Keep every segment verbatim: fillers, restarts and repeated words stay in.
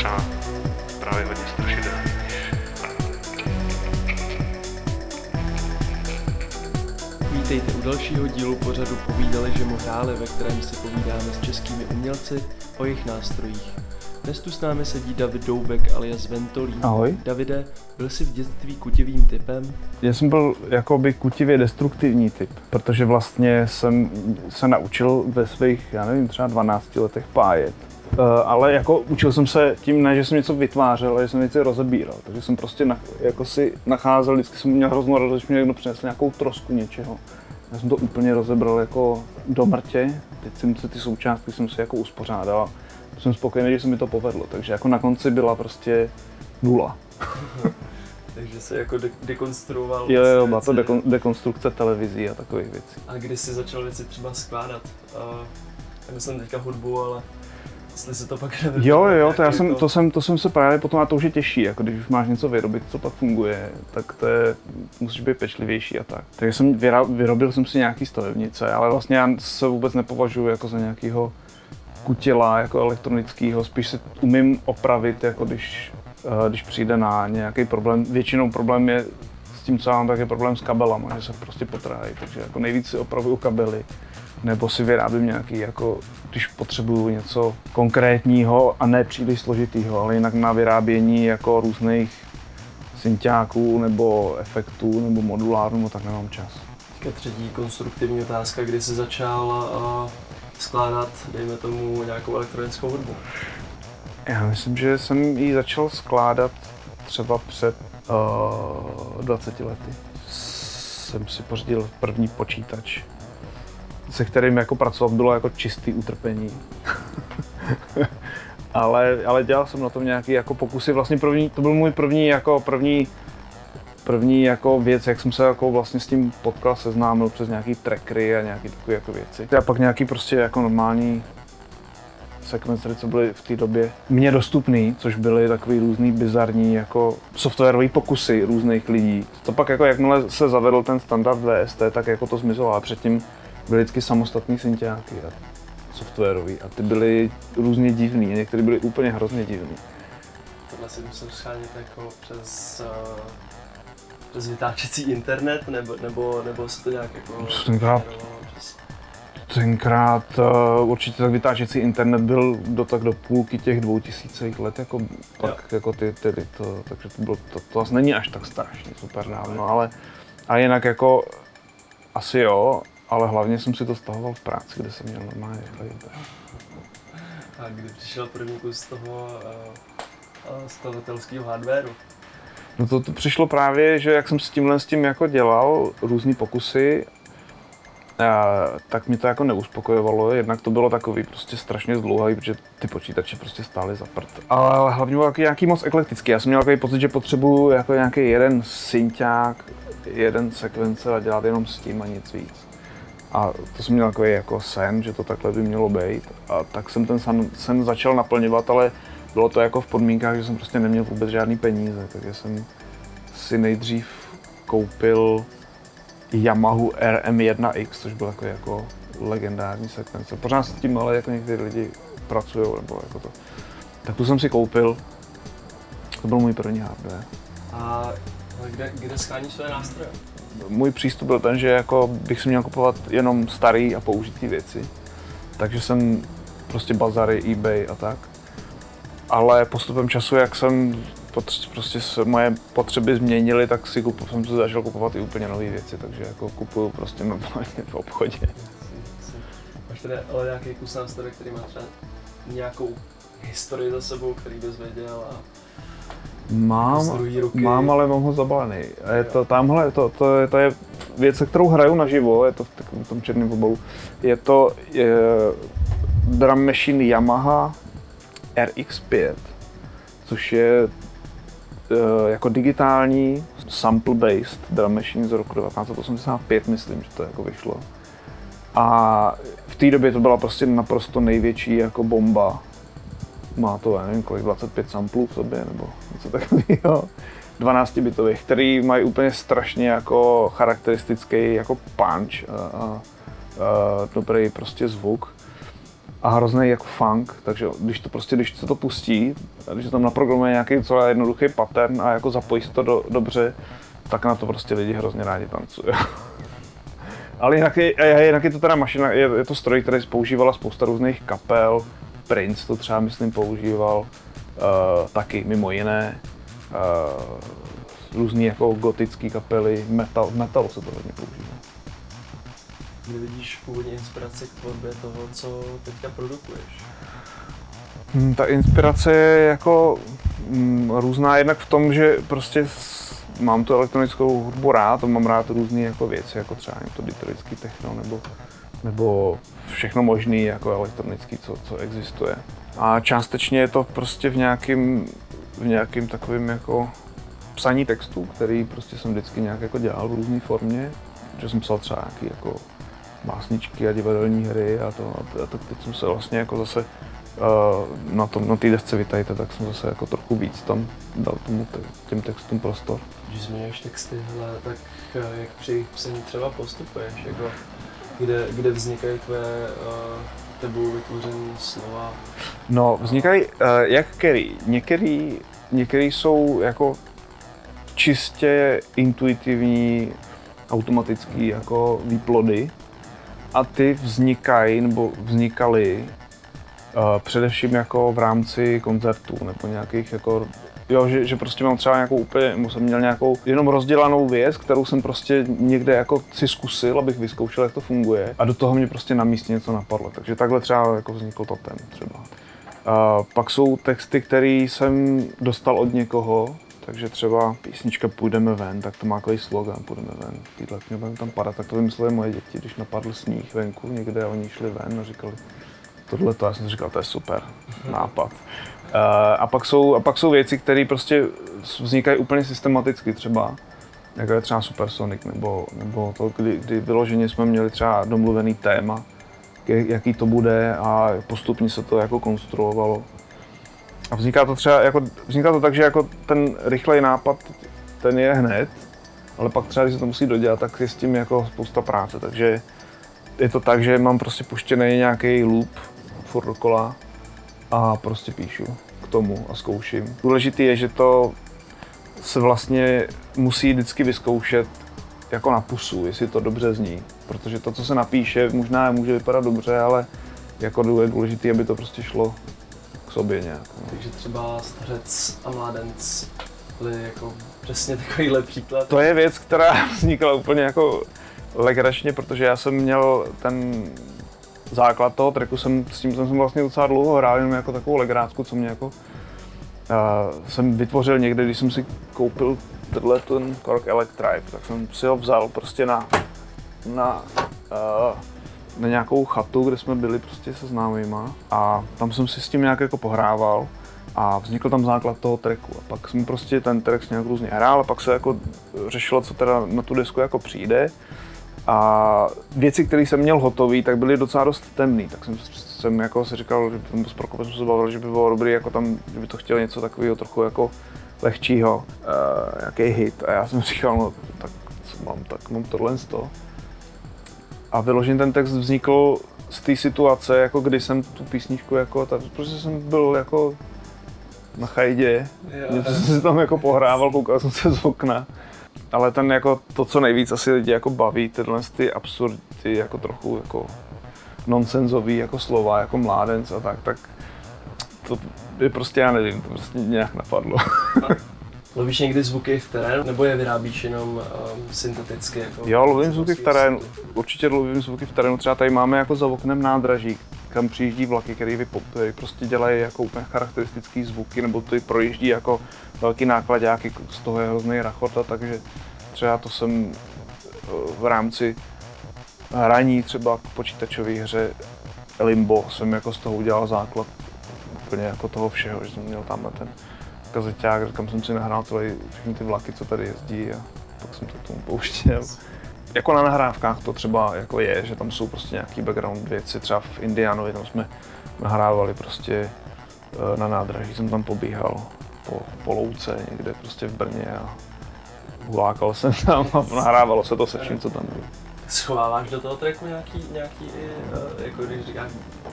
třeba právě hodně strašidelný. Vítejte u dalšího dílu pořadu Povídali, že mu hráli, ve kterém si povídáme s českými umělci o jejich nástrojích. Dnes tu s námi sedí David Doubek alias Ventolín. Ahoj. Davide, byl jsi v dětství kutivým typem? Já jsem byl jakoby kutivě destruktivní typ, protože vlastně jsem se naučil ve svých, já nevím, třeba dvanácti letech pájet. Uh, ale jako učil jsem se tím, ne, že jsem něco vytvářel, ale že jsem věci rozebíral. Takže jsem prostě na, jako si nacházel, vždycky jsem měl hroznou radost, když mi někdo přinesl nějakou trosku něčeho. Já jsem to úplně rozebral jako do mrtě. Teď jsem si ty součástky jsem si jako uspořádal. Jsem spokojený, že se mi to povedlo, takže jako na konci byla prostě nula. Takže se jako de- dekonstruoval. Jo, jo, byla to dekon- dekonstrukce televizí a takových věcí. A kdy jsi začal věci třeba skládat? Uh, já myslím teďka hudbu, ale jestli se to pak nevypadá. Jo, jo, to, já jsem, to, jsem, to jsem se právě potom, a to už je těžší, jako když už máš něco vyrobit, co pak funguje, tak to je, musíš být pečlivější a tak. Takže jsem vyra, vyrobil jsem si nějaký stavebnice, ale vlastně já se vůbec nepovažuji jako za nějakýho kutěla, jako elektronického, spíš se umím opravit, jako když, když přijde na nějaký problém. Většinou problém je s tím, co mám, tak je problém s kabelama, že se prostě potrájí, takže jako nejvíc si opravuju kabely. Nebo si vyrábím nějaký, jako když potřebuju něco konkrétního a ne příliš složitýho, ale jinak na vyrábění jako různých synťáků nebo efektů nebo modulárů, tak nemám čas. Teďka třetí konstruktivní otázka, kdy jsi začal uh, skládat, dejme tomu, nějakou elektronickou hudbu? Já myslím, že jsem ji začal skládat třeba před uh, dvaceti lety. Jsem si pořídil první počítač, se kterým jako pracovat bylo jako čistý utrpení. ale, ale dělal jsem na tom nějaký jako pokusy, vlastně první, to byl můj první jako první, první jako věc, jak jsem se jako vlastně s tím potkal, seznámil přes nějaký trackery a nějaký takové jako věci. A pak nějaký prostě jako normální sekvencery, co byly v té době mně dostupný, což byly takový různý bizarní jako softwarový pokusy různých lidí. To pak jako jakmile se zavedl ten standard V S T, tak jako to zmizelo, a předtím byly vždycky samostatný synťáky a softwarový a ty byly různě divný, některé byly úplně hrozně divný. Tohle si musím schánět jako přes, uh, přes vytáčecí internet, nebo, nebo, nebo se to nějak jako... Tenkrát, přes... tenkrát uh, určitě tak vytáčecí internet byl do tak do půlky těch dvoutisícových let, jako pak jako ty, ty, ty to, takže to bylo, to, to asi není až tak strašně super dávno, ale, ale jinak jako asi jo. Ale hlavně jsem si to stahoval v práci, kde jsem měl normálně rychle. A kdy přišel první kus toho uh, skladatelského hardwareu? No to, to přišlo právě, že jak jsem s tímhle s tím jako dělal různý pokusy, uh, tak mi to jako neuspokojovalo. Jednak to bylo takový prostě strašně zdlouhavý, protože ty počítače prostě stály za prd. Ale hlavně bylo nějaký moc eklektický. Já jsem měl takový pocit, že potřebuju jako nějaký jeden synťák, jeden sekvence a dělat jenom s tím a nic víc. A to jsem měl takový jako sen, že to takhle by mělo být. A tak jsem ten sen, sen začal naplňovat, ale bylo to jako v podmínkách, že jsem prostě neměl vůbec žádný peníze. Takže jsem si nejdřív koupil Yamahu R M jedna X, což byl takový jako legendární sekvence. Pořád s tím ale jako někteří lidi pracují, nebo jako to. Tak tu jsem si koupil. To byl můj první hardware. A kde, kde sháníš své nástroje? Můj přístup byl ten, že jako bych si měl kupovat jenom starý a použitý věci. Takže jsem prostě bazary, eBay a tak. Ale postupem času, jak jsem prostě se moje potřeby změnily, tak si kupu, jsem si začal kupovat i úplně nové věci, takže jako kupuju prostě normálně v obchodě. Máš tady ale nějaký kus nástroje, který má třeba nějakou historii za sebou, který bys věděl a Mám, mám, ale mám ho zabalený. Je to tamhle, to, to, je, to je věc, se kterou hraju naživo, je to v takovém tom černém obalu. Je to je, drum machine Yamaha R X pět, což je je, jako digitální sample-based drum machine z roku devatenáct set osmdesát pět, myslím, že to jako vyšlo. A v té době to byla prostě naprosto největší jako bomba. Má to, já nevím kolik, dvacet pět samplů v sobě, nebo něco takového, dvanáctibitových, který mají úplně strašně jako charakteristický jako punch a, a, a dobrý prostě zvuk. a hrozný jako funk, takže když to prostě, když se to pustí, když se tam naprogramuje nějaký celý jednoduchý pattern a jako zapojí se to do, dobře, tak na to prostě lidi hrozně rádi tancují. Ale jinak je, jinak je to teda mašina, je, je to stroj, který používala spousta různých kapel, Prince to třeba myslím používal, uh, taky mimo jiné, uh, různý jako gotický kapely, metal, metal se to hodně používá. Kdy vidíš původně inspiraci k tvorbě toho, co teďka produkuješ? Hmm, ta inspirace je jako mm, různá jednak v tom, že prostě s, mám tu elektronickou hudbu rád, mám rád různé jako věci, jako třeba to detroitský techno nebo, nebo všechno možné jako elektronický, co, co existuje. A částečně je to prostě v nějakým, v nějakým takovým jako psaní textů, který prostě jsem vždycky nějak jako dělal v různé formě, že jsem psal třeba nějaký jako básničky a divadelní hry a to a tak teď jsem se vlastně jako zase uh, na tom, na té desce Vitajte, tak jsem zase jako trochu víc tam dal tomu těm textům prostor. Když zmiňuješ texty, hele, tak jak při jejich psaní třeba postupuješ, jako kde, kde vznikají tvoje uh, tebou vytvořené slova? No, vznikají uh, jak který, některý, některý jsou jako čistě intuitivní, automatický jako výplody a ty vznikají nebo vznikaly uh, především jako v rámci koncertů nebo nějakých jako jo, že, že prostě mám třeba nějakou úplně, jsem měl nějakou jenom rozdělanou věc, kterou jsem prostě někde jako si zkusil, abych vyzkoušel, jak to funguje a do toho mě prostě na místě něco napadlo, takže takhle třeba jako vznikl Totem třeba. Uh, pak jsou texty, které jsem dostal od někoho, takže třeba písnička Půjdeme ven, tak to má takový slogan, půjdeme ven, týhle budeme tam padat, tak to vymysleli moje děti, když napadl sníh venku někde a oni šli ven a říkali tohle to, já jsem si říkal, to je super nápad. Uh, a, pak jsou, a pak jsou věci, které prostě vznikají úplně systematicky třeba, jako je třeba Supersonic, nebo, nebo to, kdy, kdy vyloženě jsme měli třeba domluvený téma, jaký to bude a postupně se to jako konstruovalo. A vzniká to třeba jako, vzniká to tak, že jako ten rychlej nápad, ten je hned, ale pak třeba, když se to musí dodělat, tak je s tím jako spousta práce, takže je to tak, že mám prostě puštěný nějaký loop furt dokola a prostě píšu k tomu a zkouším. Důležitý je, že to se vlastně musí vždycky vyzkoušet jako na pusu, jestli to dobře zní, protože to, co se napíše, možná může vypadat dobře, ale jako je důležité, aby to prostě šlo k sobě nějak. No. Takže třeba Stařec a Mládenec byly jako přesně takovýhle příklad. To je věc, která vznikla úplně jako legračně, protože já jsem měl ten základ toho tracku, jsem, s tím jsem vlastně docela dlouho hrál, jenom jako takovou legrácku, co mě jako uh, jsem vytvořil někde, když jsem si koupil tenhle ten Korg Electribe, tak jsem si ho vzal prostě na, na, uh, na nějakou chatu, kde jsme byli prostě se známýma a tam jsem si s tím nějak jako pohrával a vznikl tam základ toho tracku a pak jsem prostě ten track nějak různě hrál a pak se jako řešilo, co teda na tu desku jako přijde. A věci, které jsem měl hotový, tak byly docela dost temný, tak jsem, jsem jako si říkal, že s Prokopem jsem se bavil, že by bylo dobrý, jako tam, že by to chtěl něco takového trochu jako lehčího, uh, nějaký hit. A já jsem říkal, no tak co mám, tak mám tohle z toho. A vyložený ten text vznikl z té situace, jako kdy jsem tu písničku jako, tak, protože jsem byl jako na chajdě, něco jsem si tam jako pohrával, koukal jsem se z okna. Ale ten jako to, co nejvíc asi lidi jako baví, tyhle ty absurdy, jako trochu jako nonsenzový jako slova, jako Mládenec a tak, tak to je prostě, já nevím, to prostě nějak napadlo. Lovíš někdy zvuky v terénu, nebo je vyrábíš jenom um, synteticky? Jako jo, lovím zvuky v terénu, určitě lovím zvuky v terénu, třeba tady máme jako za oknem nádraží, kam přijíždí vlaky, který, vypop, který prostě dělají jako úplně charakteristický zvuky, nebo tady projíždí jako velký nákladáky, z toho je hrozný rachota, takže třeba to jsem v rámci hraní třeba k počítačové hře Limbo jsem jako z toho udělal základ úplně jako toho všeho, že jsem měl tam ten kazeťák, kam jsem si nahrál celý všechny ty vlaky, co tady jezdí a pak jsem to k tomu pouštěl. Jako na nahrávkách to třeba jako je, že tam jsou prostě nějaký background věci, třeba v Indianovi tam jsme nahrávali prostě na nádraží, jsem tam pobíhal po, po louce někde prostě v Brně a hulákal jsem tam a nahrávalo se to se vším, co tam bylo. Schováváš do toho tracku nějaký, nějaký jako když říkáš, že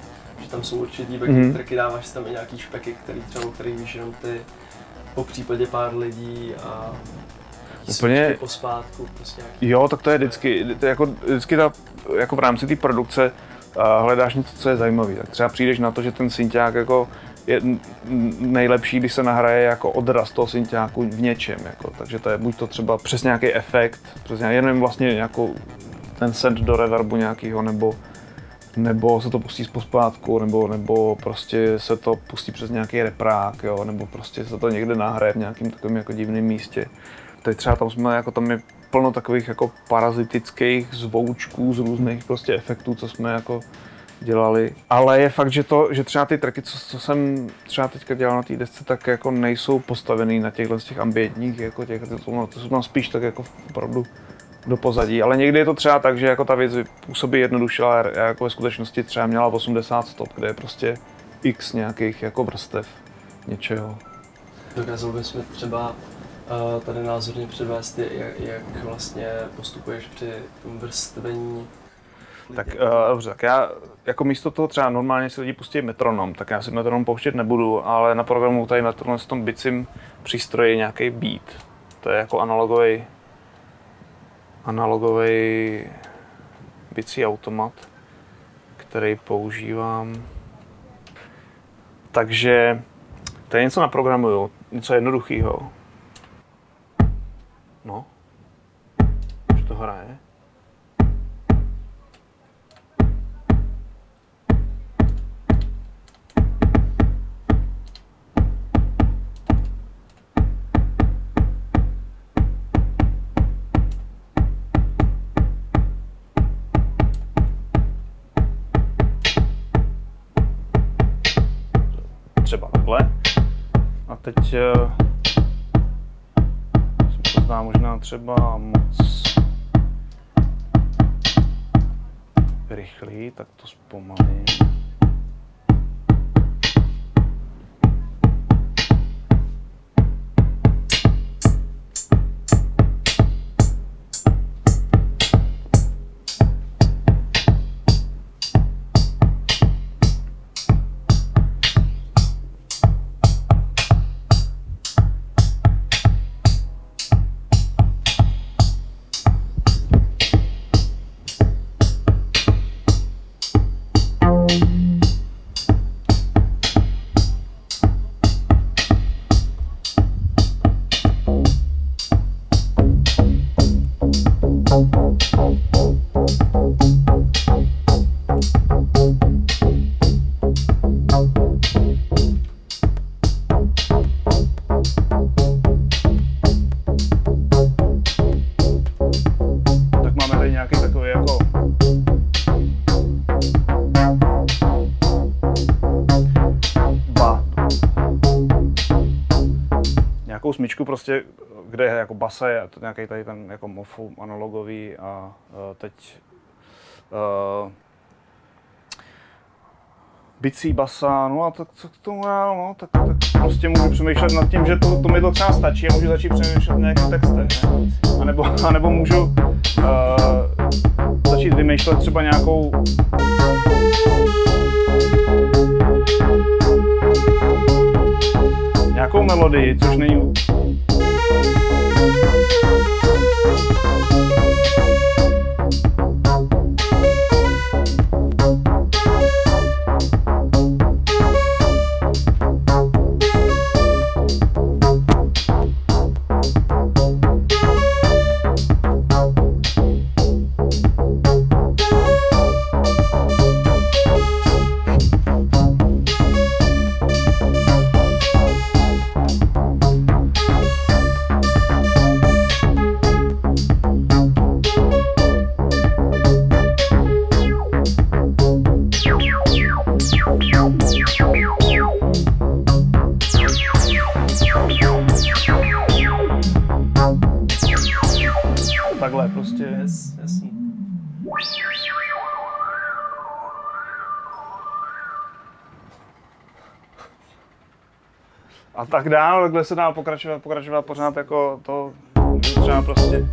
že tam jsou určitý backing Mhm. tracky, dáváš tam i nějaký špeky, který třeba, o který víš jenom ty, po případě pár lidí a Úplně- po zpátku, prostě nějaký. Jo, tak to je vždycky, to je jako, vždycky ta, jako v rámci té produkce uh, hledáš něco, co je zajímavý. Tak třeba přijdeš na to, že ten synťák jako je n- nejlepší, když se nahraje jako odraz toho synťáku v něčem. Jako. Takže to je buď to třeba přes nějaký efekt, přes nějaký, jenom vlastně nějakou, ten set do reverbu nějakýho, nebo, nebo se to pustí z pospátku, nebo, nebo prostě se to pustí přes nějaký reprák, jo, nebo prostě se to někde nahraje v nějakým takovém jako divném místě. Teď třeba tam jsme, jako tam je plno takových jako parazitických zvoučků z různých prostě efektů, co jsme jako dělali. Ale je fakt, že, to, že třeba ty tracky, co, co jsem třeba teďka dělal na té desce, tak jako nejsou postavený na těchhle z těch ambientních, jako těch, to, jsou, to jsou tam spíš tak jako opravdu do pozadí. Ale někdy je to třeba tak, že jako ta věc působí jednoduše, ale jako ve skutečnosti třeba měla osmdesát stop, kde je prostě x nějakých jako vrstev něčeho. Dokázal bys mi třeba uh, tady názorně předvést, jak, jak vlastně postupuješ při tom vrstvení? Tak uh, dobře, tak já jako místo toho třeba normálně si lidi pustí metronom, tak já si metronom pouštět nebudu, ale na programu tady na tomhle tom bicím přístroji nějaký beat. To je jako analogový analogový bicí automat, který používám. Takže to je něco naprogramuju, něco jednoduchého. No, už to hraje. Třeba takhle. A teď uh, se to zdá možná třeba moc rychlý, tak to zpomalím. Smyčku prostě, kde je jako basa, je to nějaký tady ten jako mofu analogový a uh, teď uh, bicí basa, no a tak co k tomu já, no, tak, tak prostě můžu přemýšlet nad tím, že to, to mi to třeba stačí a můžu začít přemýšlet na nějakých textech, ne? A nebo, a nebo můžu uh, začít vymýšlet třeba nějakou nějakou melodii, což není takhle prostě. Yes, jasný. A tak dál, takhle se dá pokračovat, pokračovat pořád jako to, třeba prostě.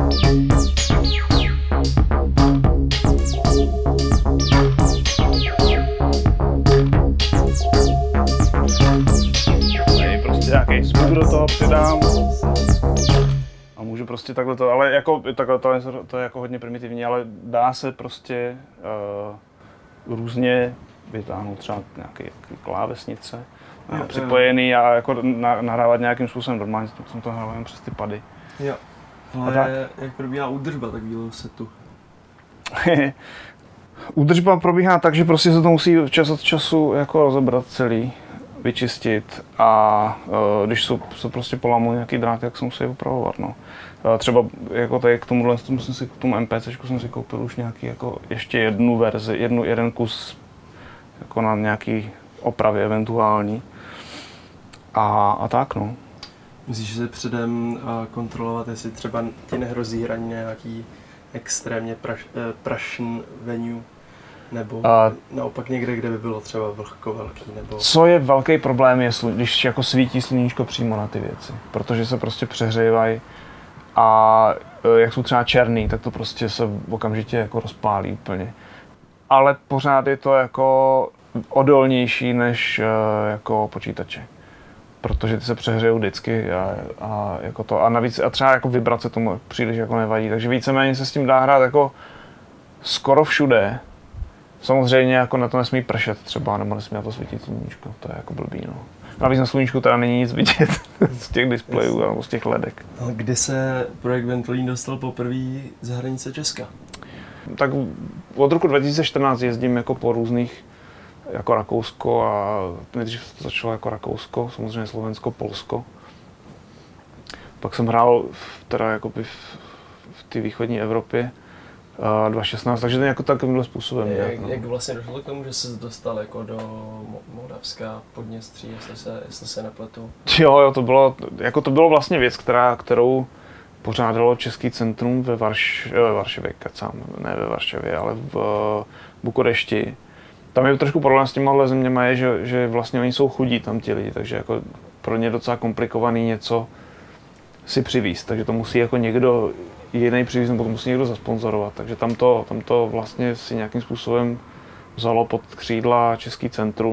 Prostě nějaký smooth do toho přidám. A můžu prostě takhle to, ale jako takhle to je, to je jako hodně primitivní, ale dá se prostě uh, různě vytáhnout třeba nějaké klávesnice Jo, připojený jo. A jako na, nahrávat nějakým způsobem normálně, jsem to hrál jen přes ty pady. Jo. Ale jak probíhá údržba takového setu? Údržba probíhá tak, že prostě se to musí čas od času jako rozebrat celý, vyčistit a uh, když jsou, se prostě polámou nějaký dráty, tak se musí opravovat. No. Uh, třeba jako tady k tomuhle, jsem si, k tomu MPCčku jsem si koupil už nějaký jako ještě jednu verzi, jednu, jeden kus jako na nějaký opravy eventuální a, a tak no. Musíš si předem uh, kontrolovat, jestli třeba ti nehrozí hraní nějaký extrémně praš, eh, prašný venue, nebo A naopak někde, kde by bylo třeba vlhko velký, nebo... Co je velký problém, je, když jako svítí sluníčko přímo na ty věci, protože se prostě přehřívají a jak jsou třeba černý, tak to prostě se okamžitě jako rozpálí úplně. Ale pořád je to jako odolnější než jako počítače, protože ty se přehřejou vždycky a, a, jako to, a navíc a třeba jako vibrace tomu příliš jako nevadí, takže víceméně se s tím dá hrát jako skoro všude. Samozřejmě jako na to nesmí pršet třeba, nebo nesmí na to svítit sluníčko, to je jako blbý, no. Navíc na sluníčku teda není nic vidět z těch displejů nebo z těch ledek. Kdy se projekt Ventolin dostal poprvé za hranice Česka? Tak od roku dva tisíce čtrnáct jezdím jako po různých, jako Rakousko a nejdřív to začalo jako Rakousko, samozřejmě Slovensko, Polsko. Pak jsem hrál v, teda jakoby v, v té východní Evropě. dva tisíce šestnáct, takže to jako takovýmhle způsobem. Jak, no. jak vlastně došlo k tomu, že jsi dostal jako do Moldavska, Podněstří, jestli se, jestli se nepletu? Jo, jo, to bylo, jako to bylo vlastně věc, která, kterou pořádalo Český centrum ve, Varš, ve Varšavě, kecám, ne ve Varšavě, ale v Bukurešti. Tam je trošku problém s těmahle zeměma je, že, že vlastně oni jsou chudí tam ti lidi, takže jako pro ně docela komplikovaný něco si přivízt, takže to musí jako někdo jiný přivízt, nebo to musí někdo zasponzorovat, takže tam to, tam to vlastně si nějakým způsobem vzalo pod křídla Český centrum,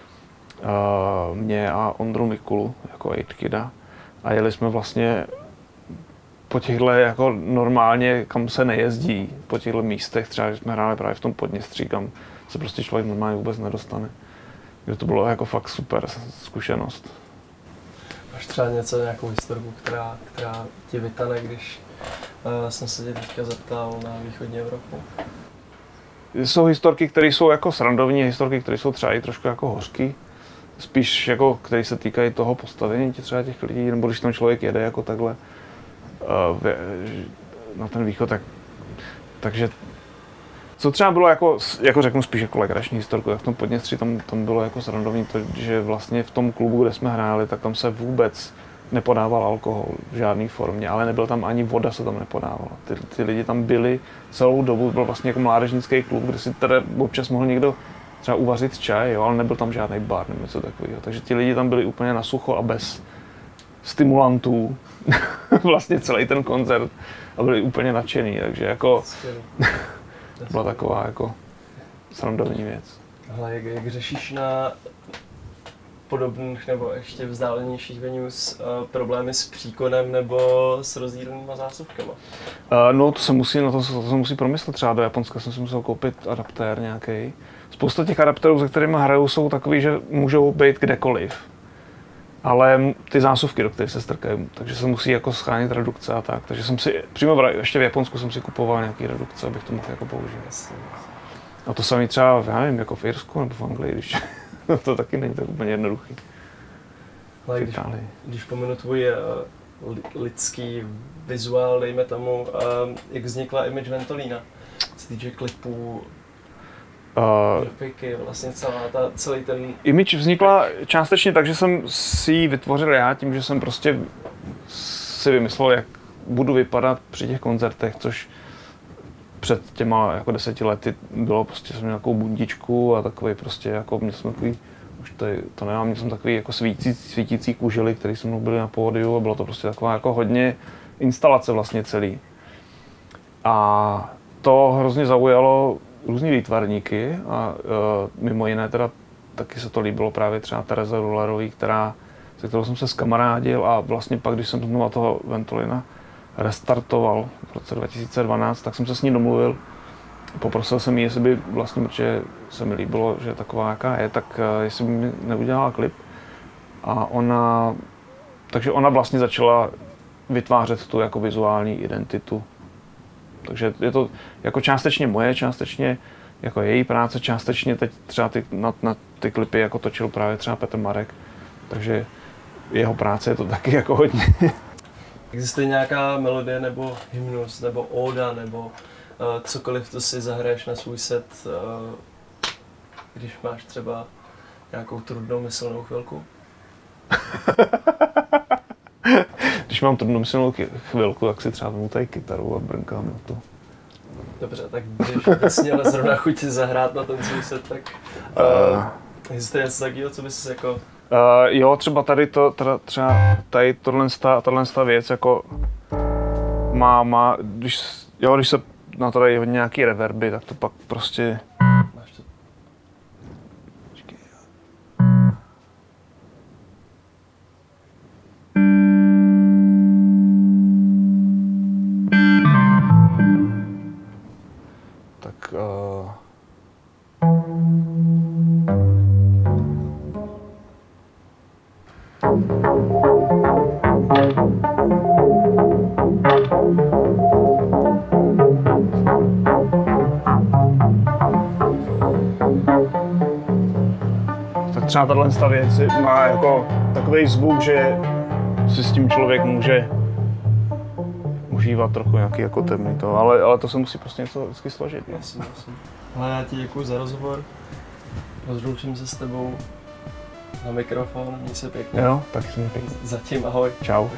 uh, mě a Ondru Mikulu jako Aidkida a jeli jsme vlastně po těchto jako normálně, kam se nejezdí, po těchto místech, třeba jsme hráli právě v tom Podněstří, kam se prostě člověk normálně vůbec nedostane, kde to bylo jako fakt super zkušenost. Máš třeba něco, nějakou historku, která, která ti vytane, když uh, jsem se tě teďka zeptal na východní Evropu? Jsou historky, které jsou jako srandovní, historky, které jsou třeba i trošku jako hořký. Spíš jako, které se týkají toho postavení třeba těch lidí, nebo když tam člověk jede jako takhle uh, na ten východ, tak, takže co třeba bylo jako, jako řeknu spíš jako legrační historku, tak v tom Podněstří tam, tam bylo jako srandovní to, že vlastně v tom klubu, kde jsme hráli, tak tam se vůbec nepodával alkohol v žádné formě, ale nebyl tam ani voda, se tam nepodávala. Ty, ty lidi tam byli celou dobu, byl vlastně jako mládežnický klub, kde si teda občas mohl někdo třeba uvařit čaj, jo, ale nebyl tam žádný bar nebo něco takového. Takže ti lidi tam byli úplně na sucho a bez stimulantů vlastně celý ten koncert a byli úplně nadšený, takže jako byla taková jako srandovní věc. Ale jak, jak řešíš na podobných nebo ještě vzdálenějších venues uh, problémy s příkonem nebo s rozdílnýma zásuvkama? Uh, no to se musí, no to, to se musí promyslet, třeba do Japonska jsem si musel koupit adaptér nějaký. Spousta těch adaptérů, se kterými hraju, jsou takový, že můžou být kdekoliv. Ale ty zásuvky, do kterých se strkají, takže se musí jako schránit redukce a tak. Takže jsem si, přímo v, ještě v Japonsku jsem si kupoval nějaký redukce, abych to mohl jako použít. A to samý třeba, já nevím, jako v Irsku nebo v Anglii, když to taky není tak úplně jednoduchý. Ale když, když pomenu tvůj uh, lidský vizuál, dejme tomu, uh, jak vznikla image Ventolina, co týče klipů, uh, grafiky, vlastně celá ta, celý ten... Image vznikla částečně tak, že jsem si ji vytvořil já tím, že jsem prostě si vymyslel, jak budu vypadat při těch koncertech, což před těma jako deseti lety bylo, prostě jsem měl nějakou bundičku a takový prostě jako, měl jsem takový, už tady to nemám, měl jsem takový jako svítící, svítící kužely, které se mnou byly na pódiu a bylo to prostě taková jako hodně instalace vlastně celý. A to hrozně zaujalo různý výtvarníky a uh, mimo jiné teda taky se to líbilo právě třeba Tereze Rullerový, která, se kterou jsem se skamarádil a vlastně pak, když jsem znova toho Ventolina restartoval v roce dva tisíce dvanáct, tak jsem se s ní domluvil. Poprosil jsem jí, jestli by vlastně, protože se mi líbilo, že je taková, jaká je, tak uh, jestli by mi neudělala klip. A ona, takže ona vlastně začala vytvářet tu jako vizuální identitu. Takže je to jako částečně moje, částečně jako její práce, částečně teď třeba ty, na, na ty klipy jako točil právě třeba Petr Marek. Takže jeho práce je to taky jako hodně. Existuje nějaká melodie nebo hymnus, nebo óda, nebo uh, cokoliv, to si zahraješ na svůj set, uh, když máš třeba nějakou trudnou myslenou chvilku? Když mám trudnomyslnou chvilku, tak si třeba vemu tady kytaru a brnkám na to. Dobře, tak když bys měl zrovna chuť si zahrát na ten svůj set, tak uh, existuje něco takového, co bys jako... Uh, jo, třeba tady to, teda, třeba tady tohle, tohle věc jako má, má, když, jo, když se na to dají hodně nějaký reverby, tak to pak prostě... Máš to... Tak, uh... tak třeba tato věc má jako takový zvuk, že si s tím člověk může užívat trochu nějaký jako temný to, ale, ale to se musí prostě něco vždycky složit. Jasně, jasně. Ale já ti děkuji za rozhovor. Rozloučím se s tebou na mikrofon, měj se pěkně. Jo, tak se mi pěkně. Zatím ahoj. Čau.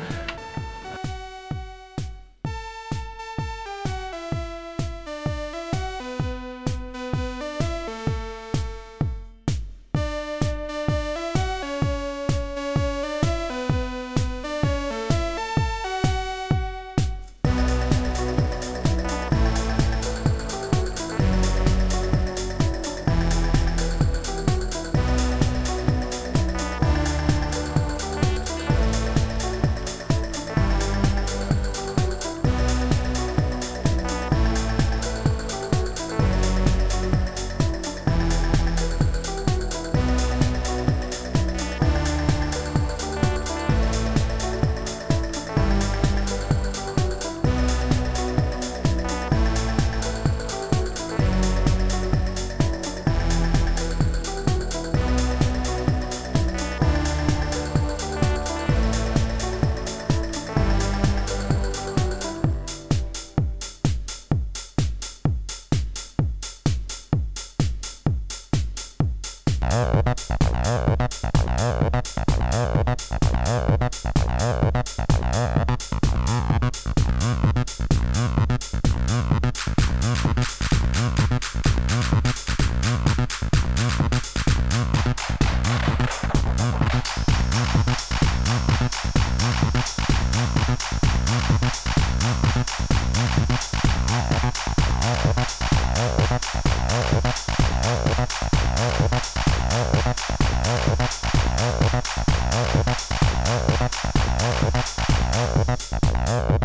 Oh,